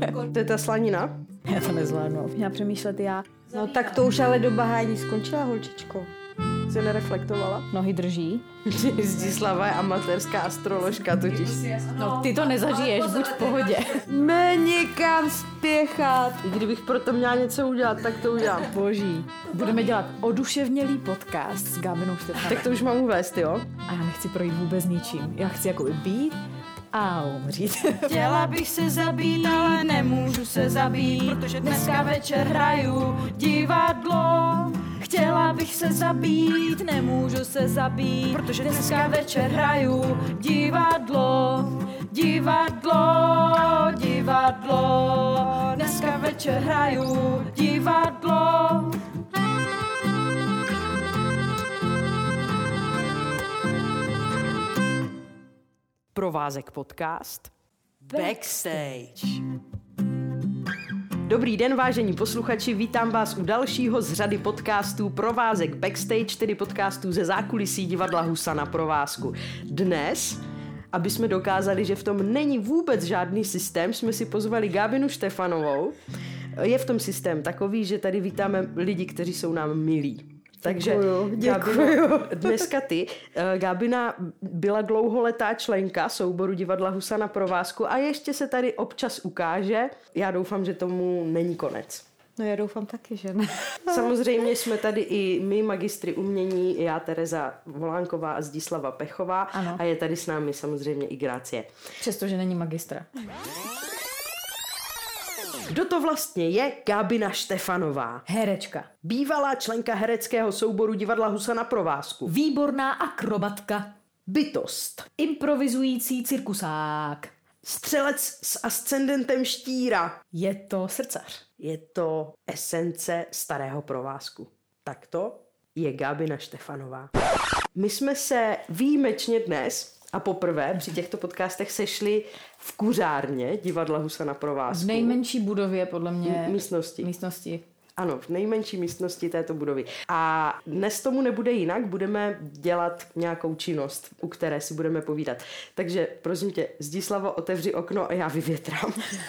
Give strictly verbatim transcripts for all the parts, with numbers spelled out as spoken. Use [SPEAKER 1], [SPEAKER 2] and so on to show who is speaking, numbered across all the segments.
[SPEAKER 1] To je ta slanina?
[SPEAKER 2] Já to nezvládnu. Já přemýšlet já.
[SPEAKER 3] No tak to už ale do bahání skončila, holčičko.
[SPEAKER 1] Se nereflektovala?
[SPEAKER 2] Nohy drží.
[SPEAKER 1] Zdislava je amatérská astroložka totiž.
[SPEAKER 2] No ty to nezažiješ, buď v pohodě.
[SPEAKER 3] Mé nikam spěchat.
[SPEAKER 1] I kdybych pro to měla něco udělat, tak to udělám.
[SPEAKER 2] Boží. Budeme dělat oduševnělý podcast s Gábinou Štefanovou.
[SPEAKER 1] Tak to už mám uvést, jo?
[SPEAKER 2] A já nechci projít vůbec ničím. Já chci jako být a umřít.
[SPEAKER 4] Chtěla bych se zabít, ale nemůžu se zabít, protože dneska večer hraju divadlo. Chtěla bych se zabít, nemůžu se zabít, protože dneska večer hraju divadlo. Divadlo, divadlo, dneska večer hraju divadlo.
[SPEAKER 1] Provázek podcast Backstage. Dobrý den, vážení posluchači, vítám vás u dalšího z řady podcastů Provázek Backstage, tedy podcastů ze zákulisí divadla Husa na provázku. Dnes, aby jsme dokázali, že v tom není vůbec žádný systém, jsme si pozvali Gábinu Štefanovou. Je v tom systém takový, že tady vítáme lidi, kteří jsou nám milí. Takže
[SPEAKER 3] děkuju, děkuju.
[SPEAKER 1] Gábino, dneska ty. Gábina byla dlouholetá členka souboru divadla Husa na provázku a ještě se tady občas ukáže. Já doufám, že tomu není konec.
[SPEAKER 3] No já doufám taky, že ne.
[SPEAKER 1] Samozřejmě jsme tady i my, magistry umění, já Tereza Volánková a Zdislava Pechová.
[SPEAKER 2] Ano.
[SPEAKER 1] A je tady s námi samozřejmě i Grácie.
[SPEAKER 2] Přestože není magistra.
[SPEAKER 1] Kdo to vlastně je Gábina Štefanová?
[SPEAKER 2] Herečka.
[SPEAKER 1] Bývalá členka hereckého souboru divadla Husa na provázku.
[SPEAKER 2] Výborná akrobatka.
[SPEAKER 1] Bytost.
[SPEAKER 2] Improvizující cirkusák.
[SPEAKER 1] Střelec s ascendentem štíra.
[SPEAKER 2] Je to srdcař.
[SPEAKER 1] Je to esence starého provázku. Takto je Gábina Štefanová. My jsme se výjimečně dnes a poprvé při těchto podcastech sešli v kuřárně divadla Husa na provázku.
[SPEAKER 2] V nejmenší budově, podle mě.
[SPEAKER 1] M- místnosti.
[SPEAKER 2] Místnosti.
[SPEAKER 1] Ano, v nejmenší místnosti této budovy. A dnes tomu nebude jinak, budeme dělat nějakou činnost, u které si budeme povídat. Takže prosím tě, Zdislavo, otevři okno a já vyvětrám.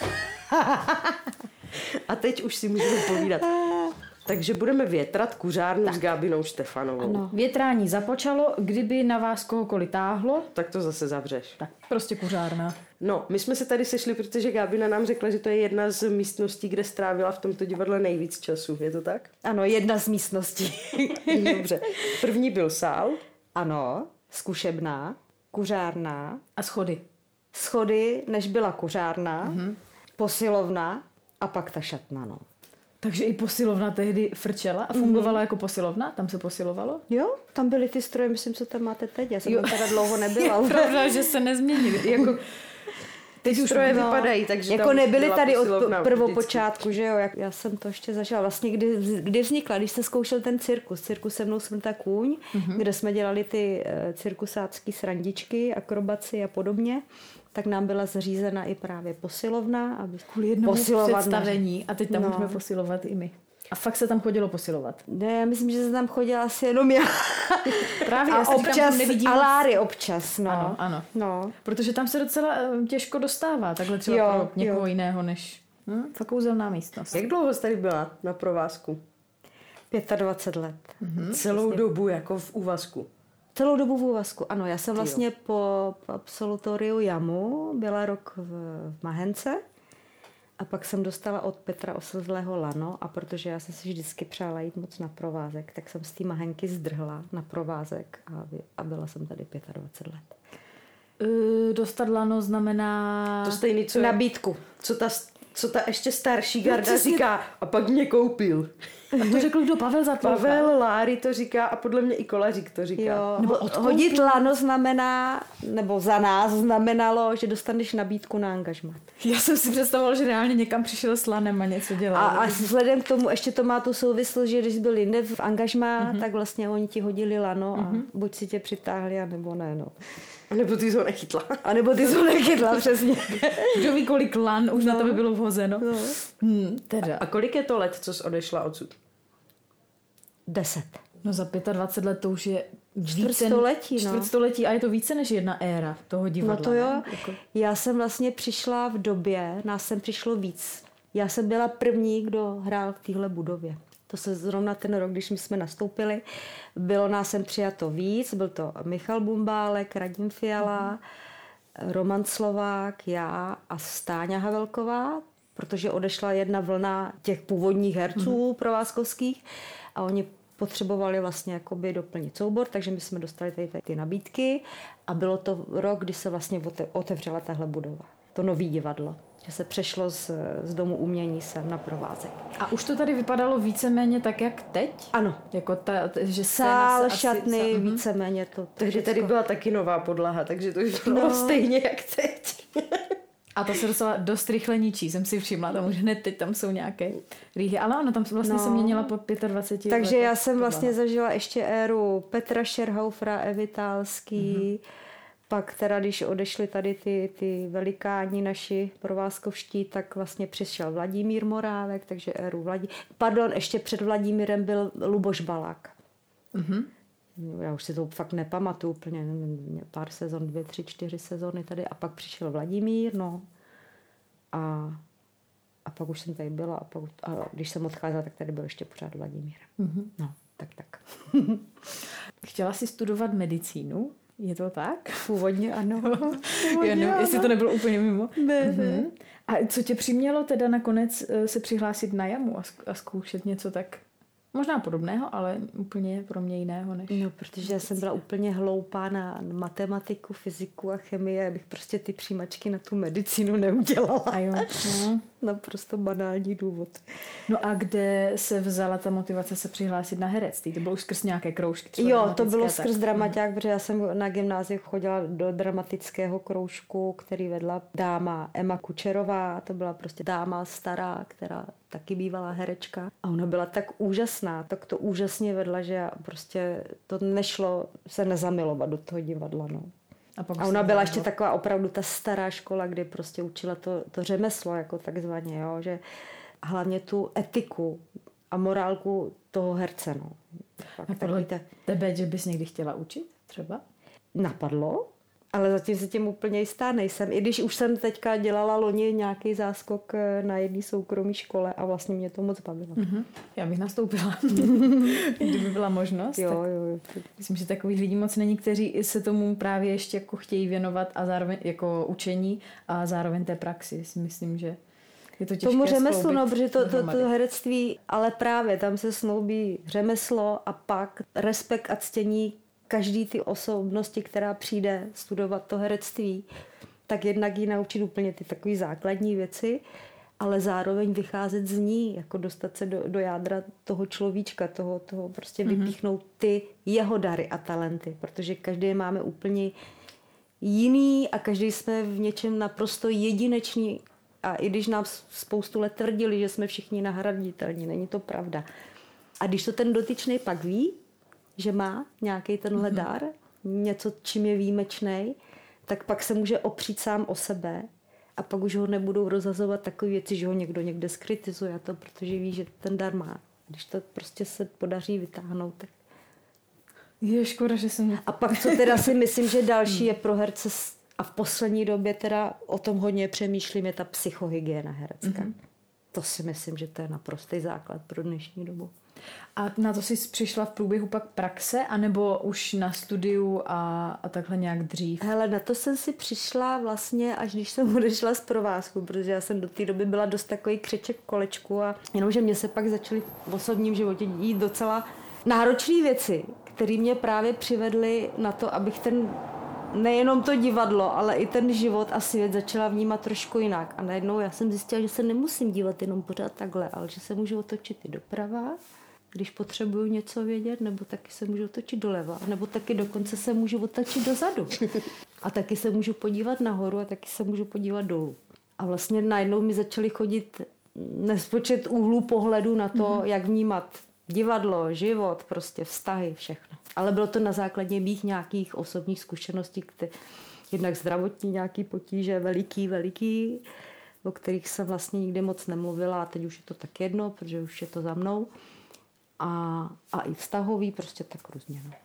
[SPEAKER 1] A teď už si můžeme povídat. Takže budeme větrat kuřárnu tak s Gábinou Štefanovou.
[SPEAKER 2] Ano. Větrání započalo, kdyby na vás kohokoliv táhlo,
[SPEAKER 1] tak to zase zavřeš.
[SPEAKER 2] Tak prostě kuřárna.
[SPEAKER 1] No, my jsme se tady sešli, protože Gábina nám řekla, že to je jedna z místností, kde strávila v tomto divadle nejvíc času. Je to tak?
[SPEAKER 3] Ano, jedna z místností.
[SPEAKER 1] Dobře. První byl sál.
[SPEAKER 3] Ano, zkušebná, kuřárna.
[SPEAKER 2] A schody.
[SPEAKER 3] Schody, než byla kuřárna, mm-hmm. posilovna a pak ta šatna, no.
[SPEAKER 2] Takže i posilovna tehdy frčela a fungovala mm. jako posilovna? Tam se posilovalo?
[SPEAKER 3] Jo, tam byly ty stroje, myslím, co tam máte teď. Já jsem jo. tam teda dlouho nebyla.
[SPEAKER 2] Je pravda, že se nezměnily.
[SPEAKER 1] Jako,
[SPEAKER 3] teď
[SPEAKER 1] už stroje no, vypadají, takže
[SPEAKER 3] jako
[SPEAKER 1] tam
[SPEAKER 3] nebyly tady od
[SPEAKER 1] vždycky.
[SPEAKER 3] prvopočátku, že jo. Já jsem to ještě zažila. Vlastně kdy, kdy vznikla, když se zkoušel ten cirkus. Cirkus Se mnou smrta kůň, mm-hmm. kde jsme dělali ty uh, cirkusácký srandičky, akrobaci a podobně. Tak nám byla zřízena i právě posilovna. Aby
[SPEAKER 2] kvůli jednomu představení a teď tam no. můžeme posilovat i my. A fakt se tam chodilo posilovat?
[SPEAKER 3] Ne, já myslím, že se tam chodila asi jenom já.
[SPEAKER 2] Právě
[SPEAKER 3] a
[SPEAKER 2] já
[SPEAKER 3] občas a Láry občas. No.
[SPEAKER 2] Ano, ano.
[SPEAKER 3] No.
[SPEAKER 2] Protože tam se docela těžko dostává, takhle třeba
[SPEAKER 3] jo,
[SPEAKER 2] pro někoho
[SPEAKER 3] jo.
[SPEAKER 2] jiného než hm, fakt kouzelná místnost.
[SPEAKER 1] Jak dlouho jsi tady byla na provázku?
[SPEAKER 3] dvacet pět let.
[SPEAKER 1] Mm-hmm. Celou vlastně. dobu jako v úvazku?
[SPEAKER 3] Celou dobu v úvazku, ano. Já jsem vlastně po absolutoriu JAMu byla rok v, v Mahence a pak jsem dostala od Petra Oslzlého lano a protože já jsem si vždycky přála jít moc na provázek, tak jsem z té Mahenky zdrhla na provázek a, a byla jsem tady dvacet pět let.
[SPEAKER 2] Uh, dostat lano znamená...
[SPEAKER 1] To stejný, co
[SPEAKER 3] nabídku.
[SPEAKER 1] Je, co ta, co ta ještě starší garda no, říká a pak mě koupil.
[SPEAKER 2] A to řekl kdo? Pavel Zatloucha?
[SPEAKER 1] Pavel Láry to říká a podle mě i Kolařík to říká.
[SPEAKER 3] Jo, nebo hodit lano znamená, nebo za nás znamenalo, že dostaneš nabídku na angažmát.
[SPEAKER 2] Já jsem si představovala, že reálně někam přišel s lanem a něco dělal.
[SPEAKER 3] A, a vzhledem k tomu ještě to má tu souvislost, že když byl jinde v angažmá, mm-hmm. tak vlastně oni ti hodili lano a mm-hmm. buď si tě přitáhli, anebo ne, no.
[SPEAKER 1] A nebo ty jsi ho nechytla.
[SPEAKER 3] A nebo ty jsi ho nechytla, přesně.
[SPEAKER 2] Kdo ví, kolik lan už no. na to by bylo vhozeno.
[SPEAKER 3] No.
[SPEAKER 2] Hmm, teda.
[SPEAKER 1] A kolik je to let, co jsi odešla odsud?
[SPEAKER 3] Deset.
[SPEAKER 2] No za dvacet pět let to už je
[SPEAKER 3] čtvrtstoletí. No.
[SPEAKER 2] Čtvrtstoletí a je to více než jedna éra toho divadla.
[SPEAKER 3] No to jo.
[SPEAKER 2] Jako...
[SPEAKER 3] Já jsem vlastně přišla v době, nás sem přišlo víc. Já jsem byla první, kdo hrál v téhle budově. To se zrovna ten rok, když my jsme nastoupili, bylo nás sem přijato víc. Byl to Michal Bumbálek, Radim Fiala, mm. Roman Slovák, já a Stáňa Havelková, protože odešla jedna vlna těch původních herců mm. provázkovských a oni potřebovali vlastně jakoby doplnit soubor, takže my jsme dostali tady, tady ty nabídky a bylo to rok, kdy se vlastně otevřela tahle budova. To nový divadlo, že se přešlo z, z domu umění sem na Provázek.
[SPEAKER 2] A už to tady vypadalo víceméně tak, jak teď?
[SPEAKER 3] Ano.
[SPEAKER 2] Jako ta, že
[SPEAKER 3] sál, šatny, asi, víceméně to.
[SPEAKER 1] Takže tady byla taky nová podlaha, takže to už bylo no. stejně jak teď.
[SPEAKER 2] A to se docela dost rychle ničí, jsem si všimla, tam už hned teď tam jsou nějaké rýhy, ale ono tam vlastně no. se měnila po dvaceti pěti
[SPEAKER 3] Takže
[SPEAKER 2] letech.
[SPEAKER 3] já jsem vlastně zažila ještě éru Petra Scherhaufera, Evy Tálský, mm-hmm. pak teda, když odešli tady ty, ty velikáni naši provázkovští, tak vlastně přišel Vladimír Morávek, takže éru Vladí... Pardon, ještě před Vladimírem byl Luboš Balák. Mm-hmm. Já už si to fakt nepamatuju úplně, pár sezon, dvě, tři, čtyři sezony tady a pak přišel Vladimír, no a, a pak už jsem tady byla a, pak, a když jsem odcházela, tak tady byl ještě pořád Vladimír. Mm-hmm. No, tak tak.
[SPEAKER 2] Chtěla jsi studovat medicínu? Je to tak?
[SPEAKER 3] Původně ano.
[SPEAKER 2] Původně, ano. ano. Jestli to nebylo úplně mimo.
[SPEAKER 3] Ne,
[SPEAKER 2] mm-hmm.
[SPEAKER 3] ne.
[SPEAKER 2] A co tě přimělo teda nakonec se přihlásit na jamu a, a zkoušet něco tak možná podobného, ale úplně pro mě jiného než...
[SPEAKER 3] No, protože já jsem byla úplně hloupá na matematiku, fyziku a chemii, abych prostě ty přijímačky na tu medicínu neudělala.
[SPEAKER 2] A jo. No.
[SPEAKER 3] Naprosto banální důvod.
[SPEAKER 2] No a kde se vzala ta motivace se přihlásit na herectví? To bylo už skrz nějaké kroužky?
[SPEAKER 3] Jo, to bylo skrz tak. dramaťák, protože já jsem na gymnáziu chodila do dramatického kroužku, který vedla dáma Emma Kučerová. To byla prostě dáma stará, která taky bývala herečka. A ona byla tak úžasná, tak to úžasně vedla, že já prostě to nešlo se nezamilovat do toho divadla. No. A, a ona byla ještě taková opravdu ta stará škola, kdy prostě učila to, to řemeslo, jako takzvaně, jo, že hlavně tu etiku a morálku toho herce. No.
[SPEAKER 2] Napadlo ta... tebe, že bys někdy chtěla učit třeba?
[SPEAKER 3] Napadlo, ale zatím se tím úplně jistá nejsem. I když už jsem teďka dělala loni nějaký záskok na jedné soukromé škole a vlastně mě to moc bavilo.
[SPEAKER 2] Mm-hmm. Já bych nastoupila, kdyby byla možnost.
[SPEAKER 3] Jo, jo, jo.
[SPEAKER 2] Myslím, že takových lidí moc není, kteří se tomu právě ještě jako chtějí věnovat a zároveň jako učení a zároveň té praxi. Myslím, že je to těžké
[SPEAKER 3] tomu řemeslu, no, protože to, to, to herectví, ale právě tam se snoubí řemeslo a pak respekt a ctění každý ty osobnosti, která přijde studovat to herectví, tak jednak jí naučit úplně ty takové základní věci, ale zároveň vycházet z ní, jako dostat se do, do jádra toho človíčka, toho, toho prostě mm-hmm. vypíchnout ty jeho dary a talenty, protože každý máme úplně jiný a každý jsme v něčem naprosto jedinečný a i když nám spoustu let tvrdili, že jsme všichni nahraditelní, není to pravda. A když to ten dotyčný pak ví, že má nějaký tenhle mm-hmm. dar, něco, čím je výjimečný, tak pak se může opřít sám o sebe a pak už ho nebudou rozhazovat takové věci, že ho někdo někde skritizuje a to, protože ví, že ten dar má. Když to prostě se podaří vytáhnout, tak...
[SPEAKER 2] Je škoda, že jsem...
[SPEAKER 3] A pak co teda si myslím, že další je pro herce a v poslední době teda o tom hodně přemýšlím, je ta psychohygiena herecká. Mm-hmm. To si myslím, že to je naprostý základ pro dnešní dobu.
[SPEAKER 2] A na to jsi přišla v průběhu pak praxe, anebo už na studiu a, a takhle nějak dřív?
[SPEAKER 3] Hele, na to jsem si přišla vlastně, až když jsem odešla z provázku, protože já jsem do té doby byla dost takový křeček v kolečku a jenomže mě se pak začaly v osobním životě dít docela náročné věci, které mě právě přivedly na to, abych ten nejenom to divadlo, ale i ten život a svět začala vnímat trošku jinak. A najednou já jsem zjistila, že se nemusím dívat jenom pořád takhle, ale že se můžu otočit i doprava, když potřebuju něco vědět, nebo taky se můžu otočit doleva, nebo taky dokonce se můžu otočit dozadu. A taky se můžu podívat nahoru a taky se můžu podívat dolů. A vlastně najednou mi začaly chodit nespočet úhlů pohledu na to, mm-hmm. jak vnímat divadlo, život, prostě vztahy, všechno. Ale bylo to na základě mých nějakých osobních zkušeností, které, jednak zdravotní nějaký potíže, veliký, veliký, o kterých jsem vlastně nikdy moc nemluvila a teď už je to tak jedno, protože už je to za mnou. A, a i vztahový, prostě tak různě. No.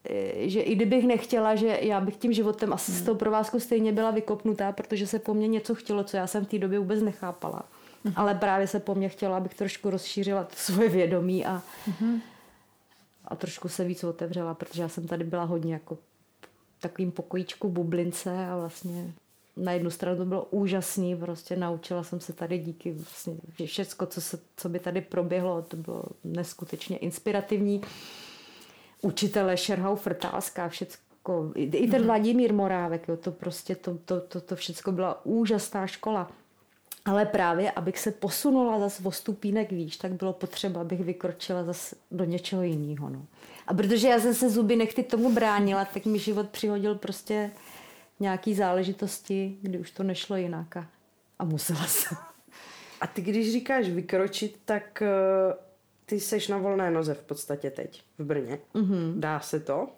[SPEAKER 3] že i kdybych nechtěla, že já bych tím životem asi z toho provázku stejně byla vykopnutá, protože se po mně něco chtělo, co já jsem v té době vůbec nechápala. Mm-hmm. Ale právě se po mně chtěla, abych trošku rozšířila to svoje vědomí a, mm-hmm. a trošku se víc otevřela, protože já jsem tady byla hodně jako takovým pokojíčku bublince a vlastně na jednu stranu to bylo úžasný, prostě naučila jsem se tady díky vlastně všecko, co, se, co by tady proběhlo, to bylo neskutečně inspirativní. Učitele Šerhau Frtálská, všecko, i ten Vladimír Morávek, jo, to prostě, to, to, to, to všecko byla úžasná škola. Ale právě, abych se posunula zase o stupínek výš, tak bylo potřeba, abych vykročila zase do něčeho jiného. No. A protože já jsem se zuby nechty tomu bránila, tak mi život přihodil prostě nějaký záležitosti, kdy už to nešlo jinak a, a musela jsem.
[SPEAKER 1] A ty když říkáš vykročit, tak uh, ty seš na volné noze v podstatě teď v Brně. Mm-hmm. Dá se to?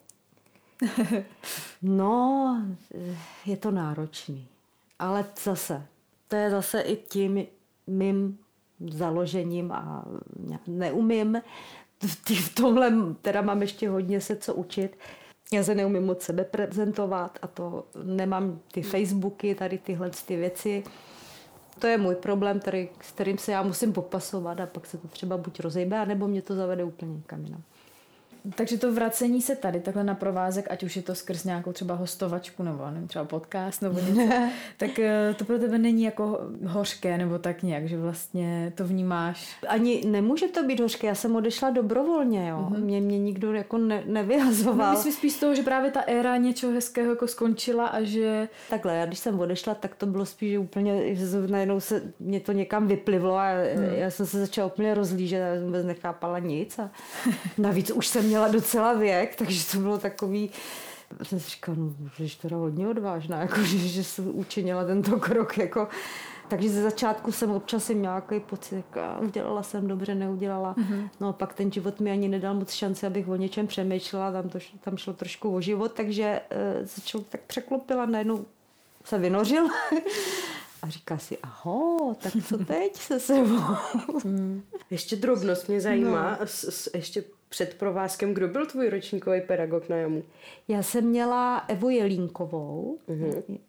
[SPEAKER 3] No, je to náročný. Ale zase, to je zase i tím mým založením a neumím. V tomhle teda mám ještě hodně se co učit. Já se neumím moc sebe prezentovat a to nemám ty Facebooky, tady tyhle ty věci. To je můj problém, který, s kterým se já musím popasovat a pak se to třeba buď rozejbe, anebo mě to zavede úplně někam jinam.
[SPEAKER 2] Takže to vracení se tady takhle na provázek, ať už je to skrz nějakou třeba hostovačku nebo nevím, třeba podcast nebo něco, tak to pro tebe není jako hořké nebo tak nějak, že vlastně to vnímáš.
[SPEAKER 3] Ani nemůže to být hořké, já jsem odešla dobrovolně, jo. Mm-hmm. Mě, mě nikdo jako ne, nevyhazoval.
[SPEAKER 2] No, myslím spíš z toho, že právě ta éra něčeho hezkého jako skončila a že...
[SPEAKER 3] Takhle, já když jsem odešla, tak to bylo spíš, že úplně najednou se mě to někam vyplivlo a mm. já jsem se začala úplně rozlížet, já jsem vůbec nechápala nic a navíc už jsem měla docela věk, takže to bylo takový, jsem si říkala, no, že teda hodně odvážná, jako, že, že jsem učinila tento krok, jako, takže ze začátku jsem občas měla takový pocit, jako, udělala jsem dobře, neudělala, mm-hmm. no pak ten život mi ani nedal moc šanci, abych o něčem přemýšlela, tam, to, tam šlo trošku o život, takže uh, se člověk tak překlopila, najednou se vynořil a říká si, aho, tak co teď se sebou?
[SPEAKER 1] Hmm. Ještě drobnost mě zajímá, no. s, s, ještě před provázkem, kdo byl tvůj ročníkový pedagog na Jamu?
[SPEAKER 3] Já jsem měla Evu Jelínkovou uh-huh.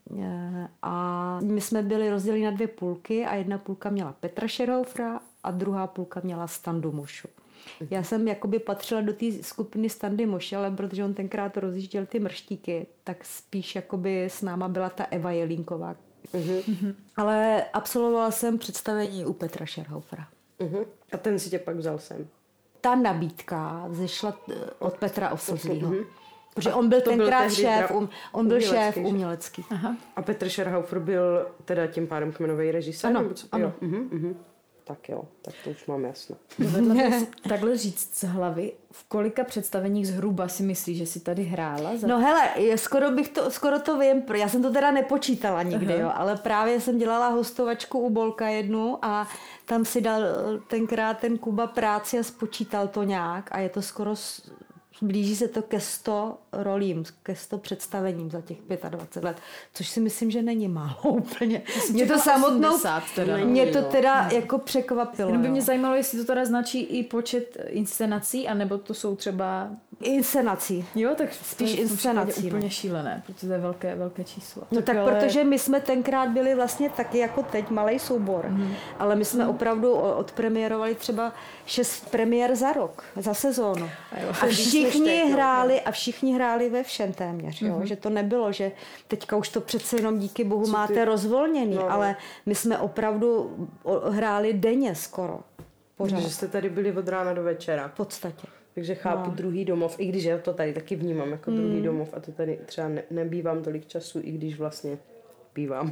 [SPEAKER 3] a my jsme byli rozděleni na dvě půlky a jedna půlka měla Petra Šerhoufera a druhá půlka měla Standu Mošu. Uh-huh. Já jsem jakoby patřila do té skupiny Standy Moše, ale protože on tenkrát rozjížděl ty mrštíky, tak spíš jakoby s náma byla ta Eva Jelínková. Uh-huh. Ale absolvovala jsem představení u Petra Šerhoufera.
[SPEAKER 1] Uh-huh. A ten si tě pak vzal sem?
[SPEAKER 3] Ta nabídka vzešla od Petra Oslzlýho. Uh-huh. Protože on byl tenkrát byl šéf, um, on byl umělecký, šéf umělecký.
[SPEAKER 1] Aha. A Petr Šerhouffer byl teda tím pádem kmenový režisér?
[SPEAKER 3] Ano, ano.
[SPEAKER 1] Uh-huh, uh-huh. Tak jo, tak to už mám jasno.
[SPEAKER 2] Takhle říct z hlavy, v kolika představeních zhruba si myslíš, že jsi tady hrála? Za...
[SPEAKER 3] No hele, skoro, bych to, skoro to vím, já jsem to teda nepočítala nikdy, jo, ale právě jsem dělala hostovačku u Bolka jednu a tam si dal tenkrát ten Kuba práci a spočítal to nějak a je to skoro... Blíží se to ke sto rolím, ke sto představením za těch dvacet pět let, což si myslím, že není málo úplně. Mě to samotnou,
[SPEAKER 2] teda,
[SPEAKER 3] mě to teda no. jako překvapilo.
[SPEAKER 2] Jenom by mě zajímalo, jestli to teda značí i počet inscenací, anebo to jsou třeba...
[SPEAKER 3] Inscenací.
[SPEAKER 2] Jo, tak
[SPEAKER 3] spíš inscenací.
[SPEAKER 2] Úplně no. šílené, protože to je velké, velké číslo.
[SPEAKER 3] No tak, tak ale... protože my jsme tenkrát byli vlastně taky jako teď malej soubor, mm. ale my jsme mm. opravdu odpremiérovali třeba šest premiér za rok, za sezónu. A, jo, a všichni hráli a všichni hráli ve všem téměř, jo? Mm-hmm. Že to nebylo, že teďka už to přece jenom díky bohu Co máte ty... rozvolněný, no, ale my jsme opravdu hráli denně skoro. Pořád.
[SPEAKER 1] Že jste tady byli od rána do večera.
[SPEAKER 3] V podstatě.
[SPEAKER 1] Takže chápu no. druhý domov, i když já to tady taky vnímám jako mm. druhý domov a to tady třeba ne, nebývám tolik času, i když vlastně bývám.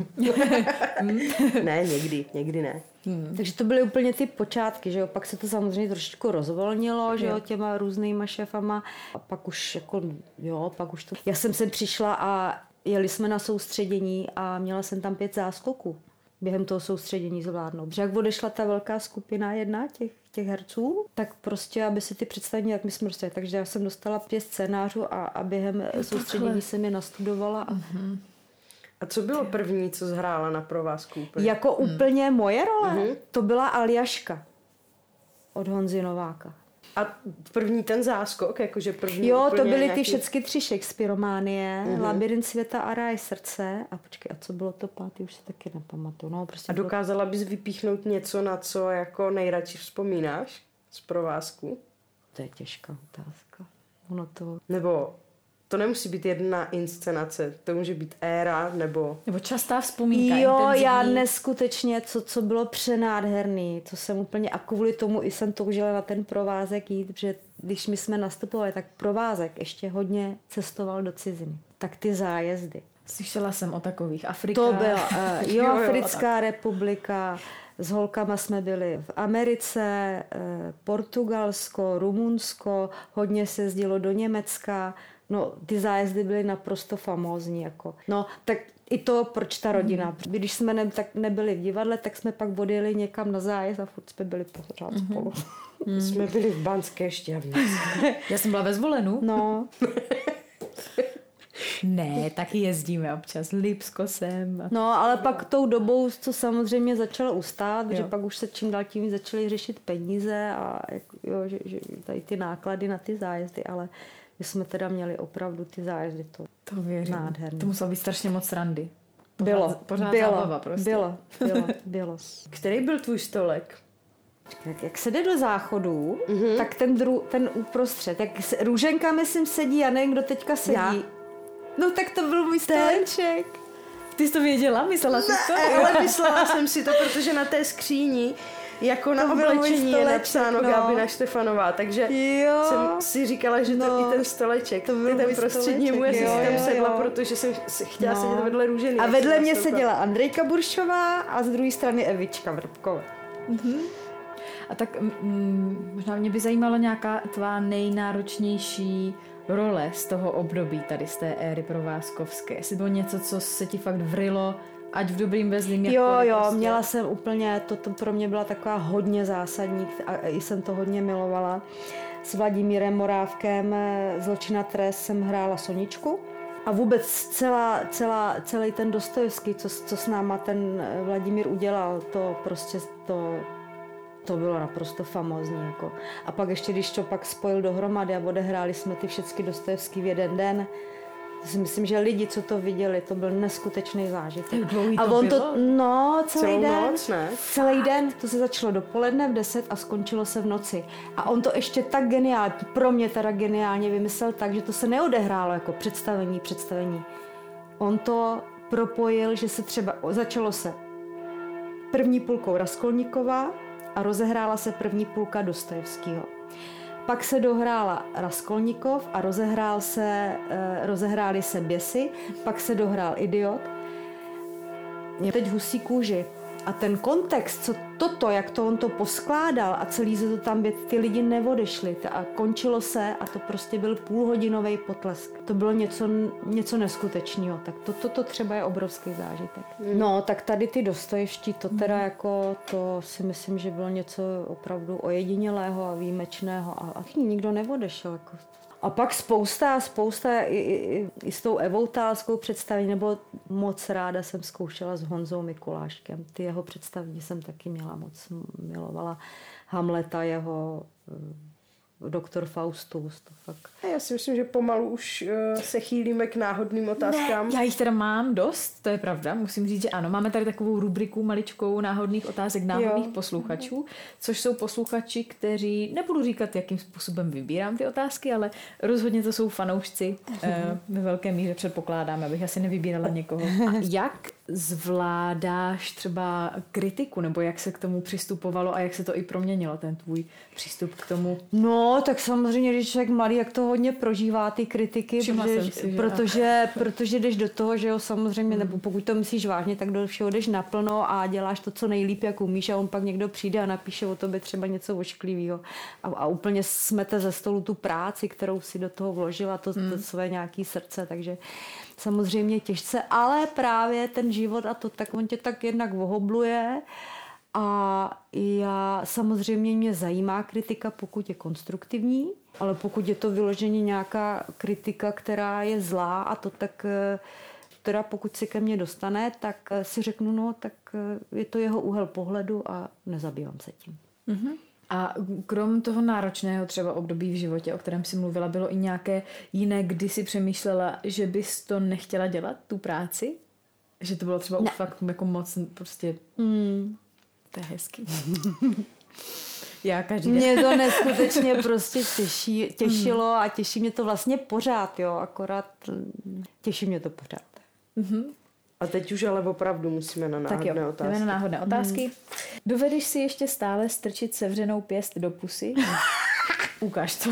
[SPEAKER 1] Ne, někdy, někdy ne.
[SPEAKER 3] Hmm. Takže to byly úplně ty počátky, že jo, pak se to samozřejmě trošičku rozvolnilo, že jo, těma různýma šéfama a pak už jako, jo, pak už to... Já jsem sem přišla a jeli jsme na soustředění a měla jsem tam pět záskoků během toho soustředění zvládnout. Protože jak odešla ta velká skupina jedna těch, těch herců, tak prostě, aby si ty představení, jak my jsme dostali. Takže já jsem dostala pět scénářů a, a během no, soustředění takhle. jsem je nastudovala. A...
[SPEAKER 2] Uh-huh.
[SPEAKER 1] A co bylo první, co zhrála na provázku úplně?
[SPEAKER 3] Jako hmm. úplně moje role? Uh-huh. To byla Aljaška od Honzy Nováka.
[SPEAKER 1] A první ten záskok, jakože první
[SPEAKER 3] Jo, to byly
[SPEAKER 1] nějaký...
[SPEAKER 3] ty všechny tři Shakespearománie,
[SPEAKER 1] Mhm.
[SPEAKER 3] Labyrint světa a ráj srdce. A počkej, a co bylo to pátý, už se taky nepamatuju. No, prostě
[SPEAKER 1] A
[SPEAKER 3] bylo...
[SPEAKER 1] dokázala bys vypíchnout něco, na co jako nejradši vzpomínáš z provázku?
[SPEAKER 3] To je těžká otázka. Ono to...
[SPEAKER 1] Nebo to nemusí být jedna inscenace, to může být éra, nebo...
[SPEAKER 2] Nebo častá vzpomínka.
[SPEAKER 3] Jo,
[SPEAKER 2] intenzivní.
[SPEAKER 3] já neskutečně, co, co bylo přenádherný, to jsem úplně, a kvůli tomu i jsem toužila na ten provázek jít, protože když my jsme nastupovali, tak provázek ještě hodně cestoval do ciziny. Tak ty zájezdy.
[SPEAKER 2] Slyšela jsem o takových. Afrika.
[SPEAKER 3] To byla uh,
[SPEAKER 1] Jo, jo,
[SPEAKER 3] Jihoafrická republika, s holkama jsme byli v Americe, uh, Portugalsko, Rumunsko, hodně se jezdilo do Německa. No, ty zájezdy byly naprosto famózní. Jako. No, tak i to, proč ta rodina. Mm. Když jsme ne, tak nebyli v divadle, tak jsme pak odjeli někam na zájezd a furt jsme byli pořád mm. spolu.
[SPEAKER 1] Mm. Jsme byli v Banské Štiavnici.
[SPEAKER 2] Já jsem byla ve Zvolenu.
[SPEAKER 3] No.
[SPEAKER 2] Ne, taky jezdíme občas. Lipsko sem.
[SPEAKER 3] No, ale pak tou dobou, co samozřejmě začalo ustát,
[SPEAKER 2] Jo.
[SPEAKER 3] že pak už se čím dál tím začaly řešit peníze a jo, že, že tady ty náklady na ty zájezdy, ale my jsme teda měli opravdu ty zájezdy, to,
[SPEAKER 2] To věřím.
[SPEAKER 3] nádherný.
[SPEAKER 2] To muselo být strašně moc randy. Pořád,
[SPEAKER 3] Bylo,
[SPEAKER 2] pořád
[SPEAKER 3] bylo,
[SPEAKER 2] zábava prostě.
[SPEAKER 3] bylo, bylo, bylo.
[SPEAKER 1] Který byl tvůj stolek?
[SPEAKER 3] Jak, jak se jde do záchodů,
[SPEAKER 1] Mhm.
[SPEAKER 3] mm-hmm. tak ten, dru, ten uprostřed, jak se, Růženka myslím sedí, já nevím, kdo teďka sedí.
[SPEAKER 1] Já.
[SPEAKER 3] No tak to byl můj stoleček.
[SPEAKER 2] Ty jsi to věděla? Myslela jsi to?
[SPEAKER 1] Ne, ale myslela jsem si to, protože na té skříni jako na
[SPEAKER 3] To byl můj
[SPEAKER 1] oblečení je
[SPEAKER 3] stoleček,
[SPEAKER 1] napsáno
[SPEAKER 3] no.
[SPEAKER 1] Gábina Štefanová, takže
[SPEAKER 3] Jo.
[SPEAKER 1] jsem si říkala, že to
[SPEAKER 3] No.
[SPEAKER 1] i ten stoleček,
[SPEAKER 3] To byl
[SPEAKER 1] ty ten
[SPEAKER 3] můj
[SPEAKER 1] prostřední
[SPEAKER 3] stoleček,
[SPEAKER 1] můj, já
[SPEAKER 3] jo,
[SPEAKER 1] jsem si tam
[SPEAKER 3] jo,
[SPEAKER 1] sedla,
[SPEAKER 3] jo.
[SPEAKER 1] protože jsem si chtěla
[SPEAKER 3] No.
[SPEAKER 1] sedět vedle Růženy.
[SPEAKER 3] A
[SPEAKER 1] jak
[SPEAKER 3] vedle
[SPEAKER 1] jsem
[SPEAKER 3] mě
[SPEAKER 1] nastoupila.
[SPEAKER 3] seděla Andrejka Buršová a z druhé strany Evička Vrbková.
[SPEAKER 2] A tak mm, možná mě by zajímala nějaká tvá nejnáročnější role z toho období tady, z té éry provázkovské. Jestli bylo něco, co se ti fakt vrilo, ať v dobrým ve zlým.
[SPEAKER 3] Jo,
[SPEAKER 2] jakkoliv
[SPEAKER 3] jo,
[SPEAKER 2] prostě.
[SPEAKER 3] měla jsem úplně, to, to pro mě byla taková hodně zásadní a i jsem to hodně milovala. S Vladimírem Morávkem Zločina trest jsem hrála Soničku. A vůbec celá, celá, celý ten Dostojevský, co, co s náma ten Vladimír udělal, to prostě to, to bylo naprosto famózní. Jako. A pak ještě, když to pak spojil dohromady a odehráli jsme ty všechny Dostojevský v jeden den, to si myslím, že lidi, co to viděli, to byl neskutečný zážitek.
[SPEAKER 2] Dlouhý
[SPEAKER 3] A
[SPEAKER 2] to
[SPEAKER 3] on
[SPEAKER 2] bylo?
[SPEAKER 3] to, no, celý
[SPEAKER 1] Celou
[SPEAKER 3] den.
[SPEAKER 1] noc, ne?
[SPEAKER 3] Celý den, to se začalo dopoledne v deset a skončilo se v noci. A on to ještě tak geniálně, pro mě teda geniálně vymyslel tak, že to se neodehrálo jako představení, představení. On to propojil, že se třeba, začalo se první půlkou Raskolníkova a rozehrála se první půlka Dostojevskýho. Pak se dohrála Raskolníkov a rozehrál se, eh, rozehráli se Běsy, pak se dohrál Idiot. Je teď husí kůži. A ten kontext, co toto, jak to on to poskládal a celý se to tam, ty lidi neodešli a končilo se a to prostě byl půlhodinový potlesk. To bylo něco, něco neskutečného. Tak toto to, to třeba je obrovský zážitek. Mm. No, tak tady ty Dostojevští, to teda jako, to si myslím, že bylo něco opravdu ojedinělého a výjimečného a, a nikdo neodešel. Jako. A pak spousta, spousta i, i, i s tou Evou Tálskou představení, nebo moc ráda jsem zkoušela s Honzou Mikuláškem. Ty jeho představení jsem taky měla moc, milovala Hamleta, jeho doktor Faustus. To fakt.
[SPEAKER 1] Já si myslím, že pomalu už uh, se chýlíme k náhodným otázkám.
[SPEAKER 2] Ne, já jich teda mám dost, to je pravda, musím říct, že ano. Máme tady takovou rubriku maličkou náhodných otázek náhodných
[SPEAKER 3] Jo.
[SPEAKER 2] posluchačů, což jsou posluchači, kteří, nebudu říkat, jakým způsobem vybírám ty otázky, ale rozhodně to jsou fanoušci. Uh, ve velké míře předpokládám, abych asi nevybírala někoho. A jak zvládáš třeba kritiku, nebo jak se k tomu přistupovalo a jak se to i proměnilo, ten tvůj přístup k tomu?
[SPEAKER 3] No, tak samozřejmě, když člověk mladý, jak to hodně prožívá ty kritiky,
[SPEAKER 2] Všimla
[SPEAKER 3] protože,
[SPEAKER 2] jsem si, že
[SPEAKER 3] protože, protože jdeš do toho, že jo, samozřejmě, nebo pokud to myslíš vážně, tak do všeho jdeš naplno a děláš to, co nejlíp, jak umíš a on pak někdo přijde a napíše o tobě třeba něco ošklivého a, a úplně smete ze stolu tu práci, kterou si do toho vložila, to, to své nějaký srdce, takže samozřejmě těžce, ale právě ten život a to, tak on tě tak jednak ohobluje a já samozřejmě mě zajímá kritika, pokud je konstruktivní, ale pokud je to vyloženě nějaká kritika, která je zlá a to tak, teda pokud se ke mně dostane, tak si řeknu, no tak je to jeho úhel pohledu a nezabývám se tím.
[SPEAKER 2] Mm-hmm. A krom toho náročného třeba období v životě, o kterém jsi mluvila, bylo i nějaké jiné, kdy jsi přemýšlela, že bys to nechtěla dělat, tu práci? Že to bylo třeba už fakt jako moc prostě...
[SPEAKER 3] Hmm.
[SPEAKER 2] To je hezký. Já každý den.
[SPEAKER 3] Mě to neskutečně prostě těší, těšilo a těší mě to vlastně pořád, jo, akorát těší mě to pořád.
[SPEAKER 2] Mm-hmm.
[SPEAKER 1] A teď už ale opravdu musíme na náhodné
[SPEAKER 2] tak jo,
[SPEAKER 1] otázky.
[SPEAKER 2] jdeme na náhodné otázky. Hmm. Dovedeš si ještě stále strčit sevřenou pěst do pusy? Ukáž to.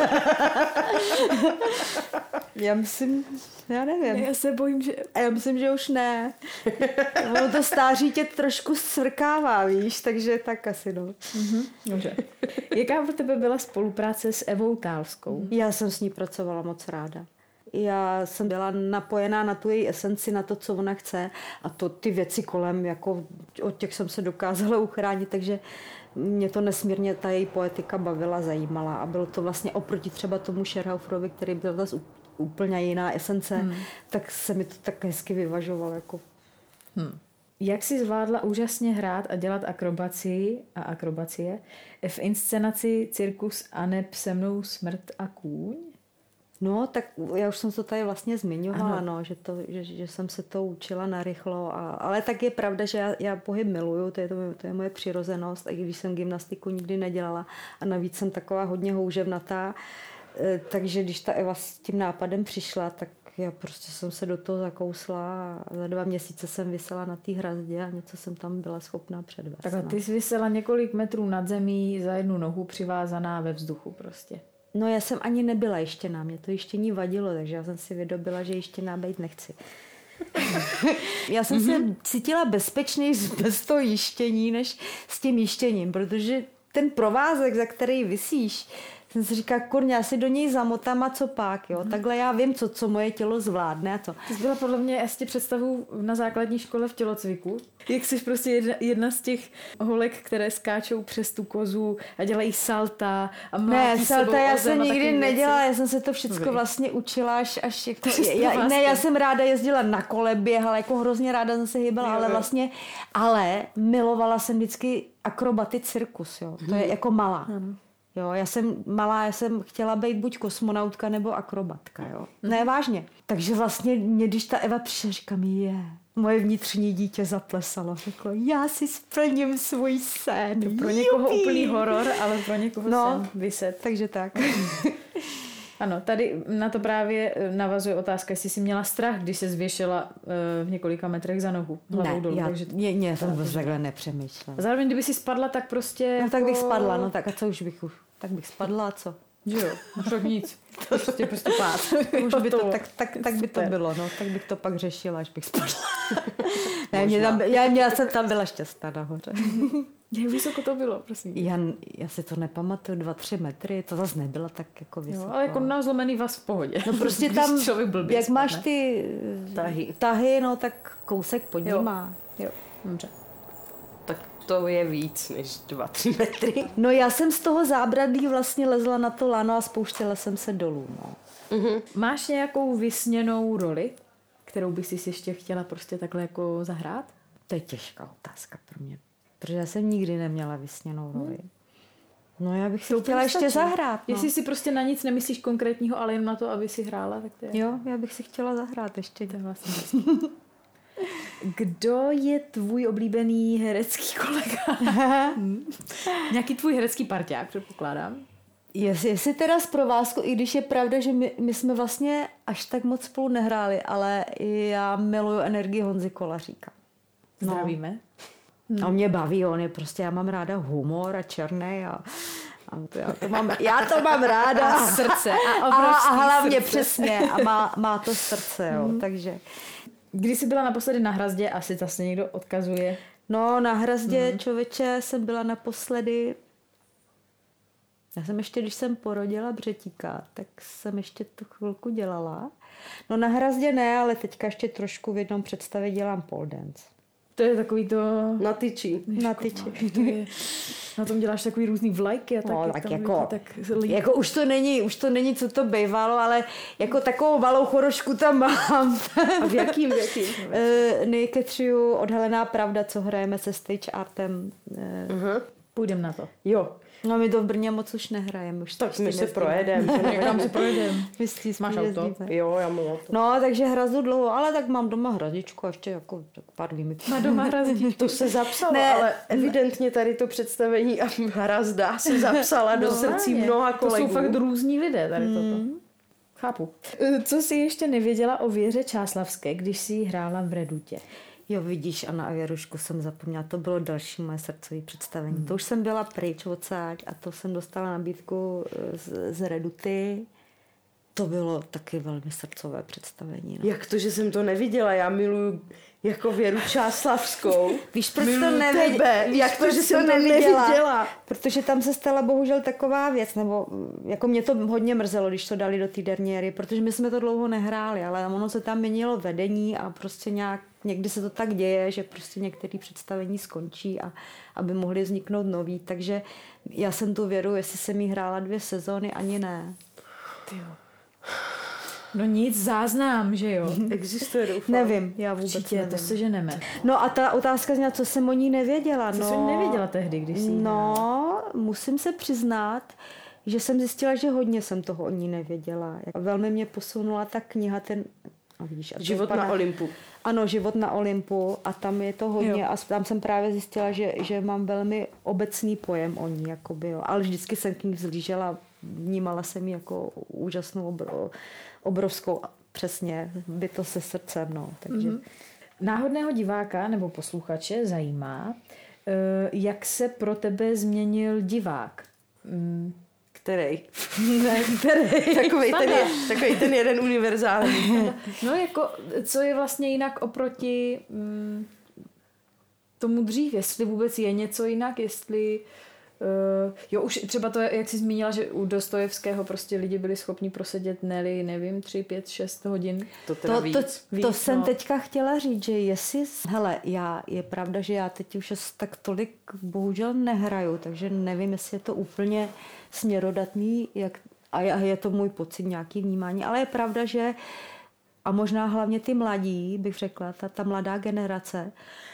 [SPEAKER 3] Já myslím, já nevím.
[SPEAKER 2] Já se bojím, že...
[SPEAKER 3] Já myslím, že už ne. Ono to stáří tě trošku svrkává, víš, takže tak asi no.
[SPEAKER 2] Mm-hmm. Dobře. Jaká pro tebe byla spolupráce s Evou Tálskou?
[SPEAKER 3] Já jsem s ní pracovala moc ráda. Já jsem byla napojená na tu její esenci, na to, co ona chce a to ty věci kolem, jako od těch jsem se dokázala uchránit, takže mě to nesmírně ta její poetika bavila, zajímala a bylo to vlastně oproti třeba tomu Scherhauferovi, který byl zase úplně jiná esence, hmm. tak se mi to tak hezky vyvažovalo. Jako.
[SPEAKER 2] Hmm. Jak jsi zvládla úžasně hrát a dělat akrobacii a akrobacie v inscenaci Cirkus Aneb se mnou smrt a kůň?
[SPEAKER 3] No, tak já už jsem to tady vlastně zmiňovala, no, že, to, že, že jsem se to učila narychlo, a, ale tak je pravda, že já, já pohyb miluju, to je, to, to je moje přirozenost, a i když jsem gymnastiku nikdy nedělala a navíc jsem taková hodně houževnatá, takže když ta Eva s tím nápadem přišla, tak já prostě jsem se do toho zakousla a za dva měsíce jsem visela na té hrazdě a něco jsem tam byla schopná předvést.
[SPEAKER 2] Takhle
[SPEAKER 3] no.
[SPEAKER 2] Ty jsi visela několik metrů nad zemí za jednu nohu přivázaná ve vzduchu prostě.
[SPEAKER 3] No já jsem ani nebyla ještěná, mě to jištění vadilo, takže já jsem si vydobila, že ještěná být nechci. Já jsem mm-hmm. se cítila bezpečněji bez toho jištění, než s tím jištěním, protože ten provázek, za který visíš, jsem si říká, kurňa, já si do něj zamotám a co pak, jo. Takhle já vím, co, co moje tělo zvládne a to.
[SPEAKER 2] Ty jsi byla podle mě, já si představu na základní škole v tělocviku, jak jsi prostě jedna, jedna z těch holek, které skáčou přes tu kozu a dělají salta a
[SPEAKER 3] ne, salta já jsem nikdy nedělala, já jsem se to všechno vlastně učila až, až jako, já, ne, já jsem ráda jezdila na kole, běhala, jako hrozně ráda jsem se hýbala, ale vlastně, ale milovala jsem vždycky akrobaty cirkus, jo, to je jako malá. Hmm. Jo, já jsem malá, já jsem chtěla být buď kosmonautka nebo akrobatka, jo. Mm. Ne, vážně. Takže vlastně mě, když ta Eva přišla, říkám, je, moje vnitřní dítě zaplesalo. Řeklo, já si splním svůj sen.
[SPEAKER 2] To pro někoho Jupi. Úplný horor, ale pro někoho
[SPEAKER 3] no,
[SPEAKER 2] sen vyset.
[SPEAKER 3] Takže tak.
[SPEAKER 2] Ano, tady na to právě navazuje otázka, jestli jsi měla strach, když se zvěšila uh, v několika metrech za nohu.
[SPEAKER 3] Ne,
[SPEAKER 2] dolů,
[SPEAKER 3] já,
[SPEAKER 2] takže
[SPEAKER 3] ne, ne, jsem vůbec takhle nepřemýšlela.
[SPEAKER 2] Zároveň, kdyby si spadla, tak prostě...
[SPEAKER 3] No
[SPEAKER 2] jako...
[SPEAKER 3] tak bych spadla, no tak a co už bych už? Tak bych spadla a co?
[SPEAKER 2] Že jo, však nic. Prostě prostě pád.
[SPEAKER 3] Už by to, tak, tak, tak by to bylo, no. Tak bych to pak řešila, až bych spadla. Ne, mě tam, já, já jsem tam byla šťastná nahoře.
[SPEAKER 2] Jak vysoko to bylo, prosím?
[SPEAKER 3] Já, já si to nepamatuju, dva, tři metry, to zase nebyla tak jako vysoko.
[SPEAKER 2] Jo, ale jako na zlomený vás v pohodě.
[SPEAKER 3] No prostě tam,
[SPEAKER 2] blbě,
[SPEAKER 3] jak
[SPEAKER 2] spadne.
[SPEAKER 3] máš ty tahy. tahy, no tak kousek pod ním má.
[SPEAKER 2] Jo, dobře.
[SPEAKER 1] Tak to je víc než dva, tři metry.
[SPEAKER 3] No já jsem z toho zábradlí vlastně lezla na to lano a spouštěla jsem se dolů, no.
[SPEAKER 2] Mm-hmm. Máš nějakou vysněnou roli, kterou bys si ještě chtěla prostě takhle jako zahrát?
[SPEAKER 3] To je těžká otázka pro mě. Protože já jsem nikdy neměla vysněnou roli. No já bych si chtěla ještě zahrát. No.
[SPEAKER 2] Jestli si prostě na nic nemyslíš konkrétního, ale jen na to, aby si hrála, tak to je...
[SPEAKER 3] Jo, já bych si chtěla zahrát ještě.
[SPEAKER 2] To je vlastně Kdo je tvůj oblíbený herecký kolega? hmm. Nějaký tvůj herecký parťák, předpokládám.
[SPEAKER 3] Jestli, jestli teda z provázku, i když je pravda, že my, my jsme vlastně až tak moc spolu nehráli, ale já miluju energii Honzy Kolaříka.
[SPEAKER 2] No. Zdravíme.
[SPEAKER 3] No. On mě baví, on je prostě, já mám ráda humor a černý a, a to já, to mám, já to mám ráda.
[SPEAKER 2] A srdce. A,
[SPEAKER 3] a, a hlavně srdce. Přesně. A má, má to srdce, jo, mm. takže.
[SPEAKER 2] Kdy jsi byla naposledy na Hrazdě, asi zase někdo odkazuje.
[SPEAKER 3] No, na Hrazdě, mm. člověče, jsem byla naposledy. Já jsem ještě, když jsem porodila Břetíka, tak jsem ještě tu chvilku dělala. No na Hrazdě ne, ale teďka ještě trošku v jednom představě dělám pole dance.
[SPEAKER 2] To je takový to...
[SPEAKER 1] Na tyči.
[SPEAKER 3] Na tyči.
[SPEAKER 2] Je... Na tom děláš takový různý vlajky a tak.
[SPEAKER 3] No, tak jako,
[SPEAKER 2] tak
[SPEAKER 3] jako už to není, už to není, co to bývalo, ale jako takovou malou chorošku tam mám.
[SPEAKER 1] A v jakým, v jakým?
[SPEAKER 3] uh, Nejke Triu, Odhalená pravda, co hrajeme se stage artem. Uh, uh-huh.
[SPEAKER 2] Půjdem na to.
[SPEAKER 1] Jo.
[SPEAKER 3] No my to v Brně moc už nehrajeme. Už
[SPEAKER 1] Tak my se projedeme.
[SPEAKER 2] Někam si projedeme.
[SPEAKER 3] Máš auto?
[SPEAKER 1] Jo, já mám auto.
[SPEAKER 3] No, takže hrazu dlouho, ale tak mám doma hrazičku a ještě jako tak pár výjimek.
[SPEAKER 2] Má doma hrazičku.
[SPEAKER 1] To se zapsalo,
[SPEAKER 3] Ne.
[SPEAKER 1] ale evidentně tady to představení a hrazda se zapsala do
[SPEAKER 2] No,
[SPEAKER 1] srdcí
[SPEAKER 2] právě.
[SPEAKER 1] mnoha kolegů.
[SPEAKER 2] To jsou fakt různí lidé tady toto. Chápu. Co jsi ještě nevěděla o Věře Čáslavské, když jsi jí hrála v Redutě?
[SPEAKER 3] Jo, vidíš, Anna a Věrušku jsem zapomněla, to bylo další moje srdcové představení. Hmm. To už jsem byla pryč odsáď a to jsem dostala nabídku z, z Reduty. To bylo taky velmi srdcové představení. No.
[SPEAKER 1] Jak to, že jsem to neviděla? Já miluju jako Věru Čáslavskou.
[SPEAKER 3] Víš, proč to
[SPEAKER 1] Miluju
[SPEAKER 3] nevidě...
[SPEAKER 1] tebe.
[SPEAKER 3] Víš,
[SPEAKER 1] Jak to,
[SPEAKER 3] proč
[SPEAKER 1] že jsem to neviděla?
[SPEAKER 3] Protože tam se stala bohužel taková věc, nebo jako mě to hodně mrzelo, když to dali do té derniéry, protože my jsme to dlouho nehráli, ale ono se tam měnilo vedení a prostě nějak, někdy se to tak děje, že prostě některé představení skončí a aby mohly vzniknout nový. Takže já jsem tu Věru, jestli jsem jí hrála dvě sezóny, ani ne.
[SPEAKER 2] Tyjo. No nic, záznam, že jo?
[SPEAKER 1] Existuje, doufám.
[SPEAKER 3] Nevím, já vůbec
[SPEAKER 2] Určitě,
[SPEAKER 3] nevím.
[SPEAKER 2] to se ženeme.
[SPEAKER 3] No a ta otázka zněla, co jsem o ní nevěděla.
[SPEAKER 2] Co
[SPEAKER 3] no,
[SPEAKER 2] jsi nevěděla tehdy, když jsi jí
[SPEAKER 3] No, musím se přiznat, že jsem zjistila, že hodně jsem toho o ní nevěděla. Velmi mě posunula ta kniha, ten... A vidíš, a to
[SPEAKER 1] Život
[SPEAKER 3] vypadá-
[SPEAKER 1] na Olympu.
[SPEAKER 3] Ano, Život na Olympu a tam je to hodně
[SPEAKER 2] Jo.
[SPEAKER 3] a tam jsem právě zjistila, že, že mám velmi obecný pojem o ní, jakoby, jo. Ale vždycky jsem k ní vzlížela, vnímala jsem ji jako úžasnou, obro, obrovskou, přesně, bytost se srdcem, no, takže... Mm-hmm.
[SPEAKER 2] Náhodného diváka nebo posluchače zajímá, eh, jak se pro tebe změnil divák. Mm,
[SPEAKER 1] Který?
[SPEAKER 2] ne, který?
[SPEAKER 1] Takovej ten, je, takovej ten jeden univerzální.
[SPEAKER 2] No jako, co je vlastně jinak oproti mm, tomu dřív, jestli vůbec je něco jinak, jestli uh, jo, už třeba to, jak jsi zmínila, že u Dostojevského prostě lidi byli schopni prosedět neli, nevím, tři, pět, šest hodin.
[SPEAKER 1] To teda
[SPEAKER 3] To,
[SPEAKER 1] víc.
[SPEAKER 3] to, to
[SPEAKER 2] víc,
[SPEAKER 3] jsem
[SPEAKER 2] no.
[SPEAKER 3] teďka chtěla říct, že jestli... Hele, já, je pravda, že já teď už tak tolik bohužel nehraju, takže nevím, jestli je to úplně směrodatný, jak, a je to můj pocit, nějaký vnímání, ale je pravda, že a možná hlavně ty mladí, bych řekla, ta, ta mladá generace,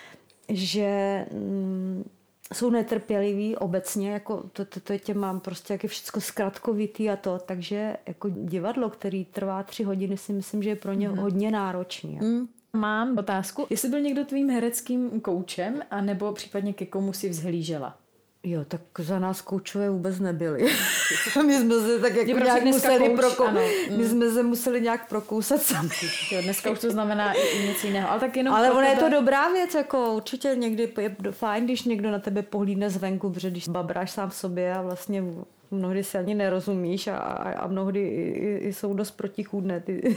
[SPEAKER 3] že mm, jsou netrpěliví obecně, jako to, to, to tě mám prostě jak je všecko zkratkovitý a to, takže jako divadlo, který trvá tři hodiny, si myslím, že je pro ně mm. hodně náročný.
[SPEAKER 2] Mm. Mám otázku, jestli byl někdo tvým hereckým koučem, anebo případně ke komu si vzhlížela?
[SPEAKER 3] Jo, tak za nás koučové vůbec nebyli. My jsme se tak jako
[SPEAKER 2] Je
[SPEAKER 3] nějak
[SPEAKER 2] prostě dneska
[SPEAKER 3] museli
[SPEAKER 2] kouč,
[SPEAKER 3] prokou...
[SPEAKER 2] ano.
[SPEAKER 3] My jsme se museli nějak prokousat sami.
[SPEAKER 2] Jo, dneska už to znamená i něco jiného, ale tak jenom
[SPEAKER 3] Ale
[SPEAKER 2] pro
[SPEAKER 3] ono je
[SPEAKER 2] tebe...
[SPEAKER 3] to dobrá věc, jako určitě někdy je fajn, když někdo na tebe pohlídne zvenku, protože když babráš sám v sobě a vlastně mnohdy si ani nerozumíš a, a, a mnohdy i, i jsou dost protichůdné ty...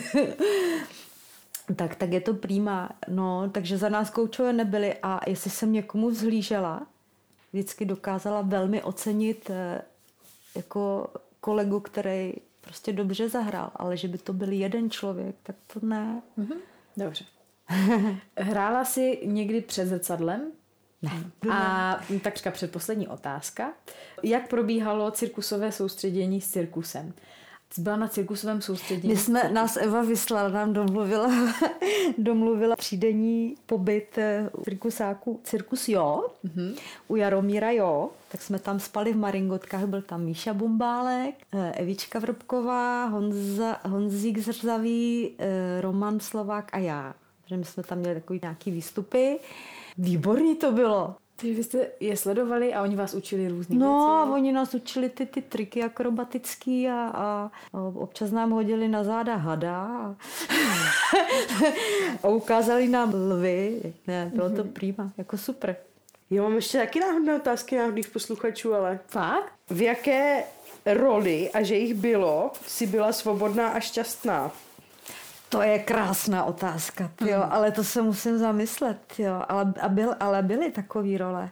[SPEAKER 3] tak, tak je to prýma. No, takže za nás koučové nebyli a jestli jsem někomu vzhlížela, vždycky dokázala velmi ocenit eh, jako kolegu, který prostě dobře zahrál, ale že by to byl jeden člověk, tak to ne.
[SPEAKER 2] Mhm. Dobře. Hrála jsi někdy před zrcadlem?
[SPEAKER 3] Ne.
[SPEAKER 2] A takřka předposlední otázka. Jak probíhalo cirkusové soustředění s cirkusem? Jsi byla na cirkusovém soustředění?
[SPEAKER 3] My jsme, nás Eva vyslala, nám domluvila, domluvila třídenní pobyt u cirkusáku Cirkus Jo, mm-hmm. u Jaromíra Jo, tak jsme tam spali v Maringotkách, byl tam Míša Bumbálek, Evička Vrbková, Honza, Honzík Zrzavý, Roman Slovák a já. Takže my jsme tam měli takový nějaký výstupy. Výborný to bylo.
[SPEAKER 2] Takže vy jste je sledovali a oni vás učili různý
[SPEAKER 3] No,
[SPEAKER 2] věci?
[SPEAKER 3] oni nás učili ty, ty triky akrobatický a, a, a občas nám hodili na záda hada a, a ukázali nám lvy. Ne, bylo to prima, jako super.
[SPEAKER 1] Já mám ještě taky náhodné otázky náhodných posluchačů, ale
[SPEAKER 2] Fakt?
[SPEAKER 1] v jaké roli, a že jich bylo, jsi byla svobodná a šťastná?
[SPEAKER 3] To je krásná otázka, jo, mm. ale to se musím zamyslet, jo, ale, a byl, ale byly takový role.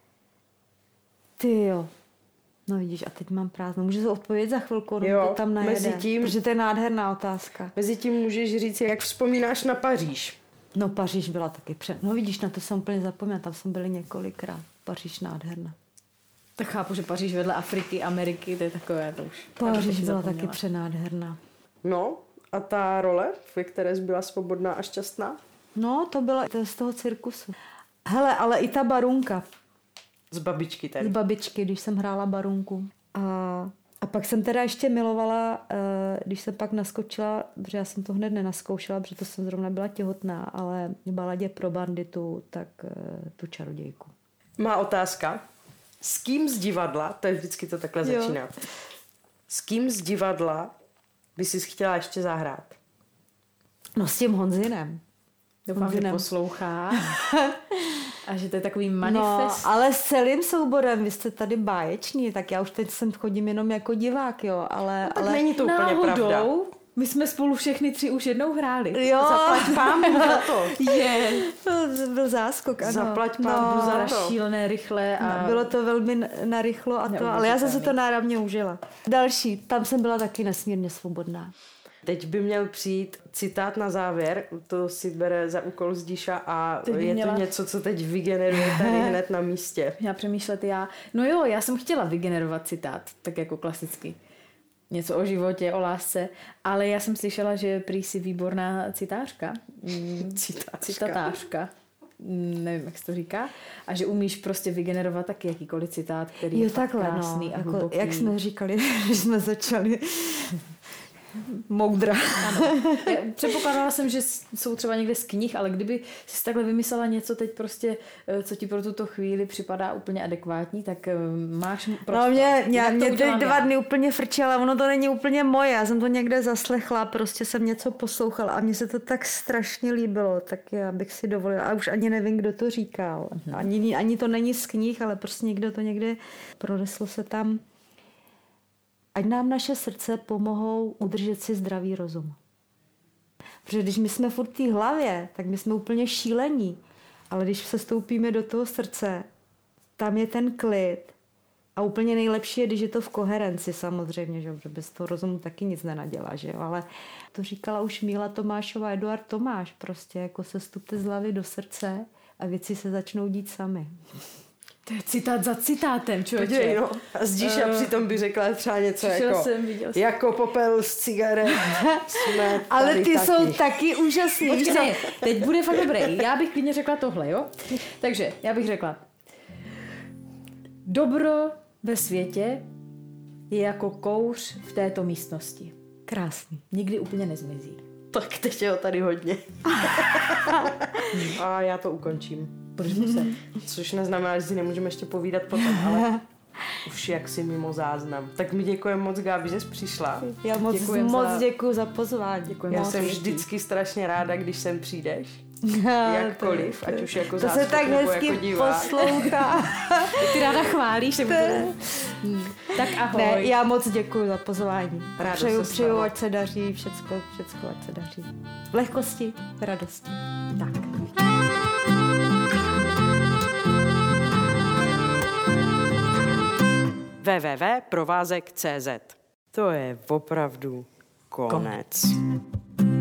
[SPEAKER 3] Ty jo. No vidíš, a teď mám prázdno. Můžu se odpovědět za chvilku,
[SPEAKER 1] Jo,
[SPEAKER 3] to tam najede,
[SPEAKER 1] mezi tím-
[SPEAKER 3] protože to je nádherná otázka.
[SPEAKER 1] Mezitím můžeš říct, jak vzpomínáš na Paříž.
[SPEAKER 3] No Paříž byla taky před... No vidíš, na to jsem úplně zapomněla, tam jsem byli několikrát. Paříž nádherná.
[SPEAKER 2] Tak chápu, že Paříž vedle Afriky, Ameriky, to je takové, to už.
[SPEAKER 3] Paříž byla
[SPEAKER 2] zapomněla.
[SPEAKER 3] taky přenádherná.
[SPEAKER 1] No, a ta role, ve které jsi byla svobodná a šťastná?
[SPEAKER 3] No, to byla to je z toho cirkusu. Hele, ale i ta barunka.
[SPEAKER 1] Z babičky tady.
[SPEAKER 3] Z babičky, když jsem hrála barunku. A, a pak jsem teda ještě milovala, když jsem pak naskočila, protože já jsem to hned nenaskoušela, protože to jsem zrovna byla těhotná, ale v baladě pro banditu, tak tu čarodějku.
[SPEAKER 1] Má otázka. S kým z divadla, to je vždycky to takhle
[SPEAKER 3] Jo.
[SPEAKER 1] začíná, s kým z divadla by si chtěla ještě zahrát?
[SPEAKER 3] No s tím Honzinem.
[SPEAKER 2] Doufám, že poslouchá. A že to je takový manifest.
[SPEAKER 3] No, ale s celým souborem, vy jste tady báječní, tak já už teď sem chodím jenom jako divák, jo, ale...
[SPEAKER 1] Tak
[SPEAKER 3] ale
[SPEAKER 1] není to úplně pravda.
[SPEAKER 2] Náhodou, my jsme spolu všechny tři už jednou hráli.
[SPEAKER 3] Jo.
[SPEAKER 1] Zaplať pámbu za to.
[SPEAKER 2] Je.
[SPEAKER 3] To byl záskok, ano.
[SPEAKER 1] Zaplať pámbu
[SPEAKER 3] no,
[SPEAKER 1] za
[SPEAKER 2] Za rychle, rychle. A...
[SPEAKER 3] No, bylo to velmi narychlo, a to, ale já jsem si to náramně užila. Další, tam jsem byla taky nesmírně svobodná.
[SPEAKER 1] Teď by měl přijít citát na závěr, to si bere za úkol Zdiša a
[SPEAKER 2] Teď by
[SPEAKER 1] je
[SPEAKER 2] měla-
[SPEAKER 1] to něco, co teď vygeneruje tady hned na místě.
[SPEAKER 2] Měla přemýšlet já. No jo, já jsem chtěla vygenerovat citát, tak jako klasicky. Něco o životě, o lásce, ale já jsem slyšela, že prý si výborná citářka. Mm,
[SPEAKER 1] Citářka.
[SPEAKER 2] Citatářka. Mm, nevím, jak se to říká. A že umíš prostě vygenerovat taky jakýkoliv citát, který
[SPEAKER 3] Jo,
[SPEAKER 2] je fakt
[SPEAKER 3] takhle,
[SPEAKER 2] krásný
[SPEAKER 3] no,
[SPEAKER 2] a
[SPEAKER 3] jako,
[SPEAKER 2] hluboký.
[SPEAKER 3] jak jsme říkali, když jsme začali. Moudra.
[SPEAKER 2] Ano. Já předpokládala jsem, že jsou třeba někde z knih, ale kdyby jsi takhle vymyslela něco teď prostě, co ti pro tuto chvíli připadá úplně adekvátní, tak máš prostor.
[SPEAKER 3] No mě, mě,
[SPEAKER 2] Jak to
[SPEAKER 3] mě teď
[SPEAKER 2] udělám
[SPEAKER 3] dva
[SPEAKER 2] já?
[SPEAKER 3] dny úplně frčela, ono to není úplně moje, já jsem to někde zaslechla, prostě jsem něco poslouchala a mně se to tak strašně líbilo, tak já bych si dovolila, a už ani nevím, kdo to říkal. Ani, ani to není z knih, ale prostě někdo to někde proneslo se tam. Ať nám naše srdce pomohou udržet si zdravý rozum. Protože když my jsme furt v té hlavě, tak my jsme úplně šílení. Ale když se stoupíme do toho srdce, tam je ten klid. A úplně nejlepší je, když je to v koherenci samozřejmě, že? Protože bez toho rozumu taky nic nenadělá. Že? Ale to říkala už Míla Tomášová, Eduard Tomáš. Prostě jako se stupte z hlavy do srdce a věci se začnou dít sami.
[SPEAKER 2] To je citát za citátem, člověče.
[SPEAKER 1] Podívej, no. A Zdiša
[SPEAKER 2] Uh,
[SPEAKER 1] přitom by řekla třeba něco
[SPEAKER 2] slyšela
[SPEAKER 1] jako,
[SPEAKER 2] jsem, viděla jsem.
[SPEAKER 1] jako popel z cigaret. Jsme
[SPEAKER 3] Ale
[SPEAKER 1] tady
[SPEAKER 3] ty
[SPEAKER 1] taky.
[SPEAKER 3] jsou taky úžasný. víš
[SPEAKER 2] Počkej,
[SPEAKER 3] co?
[SPEAKER 2] ne, teď bude fakt dobrý. Já bych klidně řekla tohle, jo? Takže já bych řekla, dobro ve světě je jako kouř v této místnosti.
[SPEAKER 3] Krásný.
[SPEAKER 2] Nikdy úplně nezmizí.
[SPEAKER 1] Tak teď je ho tady hodně. A já to ukončím.
[SPEAKER 2] Budeš muset.
[SPEAKER 1] Což neznamená, že si nemůžeme ještě povídat potom, ale už jaksi mimo záznam. Tak mi děkujeme moc, Gábi, že jsi přišla.
[SPEAKER 3] Já moc,
[SPEAKER 2] Děkujem
[SPEAKER 3] moc
[SPEAKER 2] za-
[SPEAKER 3] děkuji za pozvání.
[SPEAKER 2] Děkujem
[SPEAKER 1] Já
[SPEAKER 2] moc.
[SPEAKER 1] jsem vždycky strašně ráda, když sem přijdeš. Jakkoliv, ať už jako
[SPEAKER 3] To se
[SPEAKER 1] zástupce
[SPEAKER 3] tak
[SPEAKER 1] nebo
[SPEAKER 3] hezky
[SPEAKER 1] jako divák.
[SPEAKER 3] poslouchá.
[SPEAKER 2] Ty ráda chválíš, tak bude. Tak ahoj.
[SPEAKER 3] Ne, já moc děkuji za pozvání.
[SPEAKER 1] Rádo
[SPEAKER 3] Přeju,
[SPEAKER 1] se
[SPEAKER 3] přeju,
[SPEAKER 1] stalo.
[SPEAKER 3] ať se daří, všecko, všecko, ať se daří. V lehkosti, v radosti. Tak.
[SPEAKER 1] w w w tečka provázek tečka cé zet. To je opravdu konec. konec.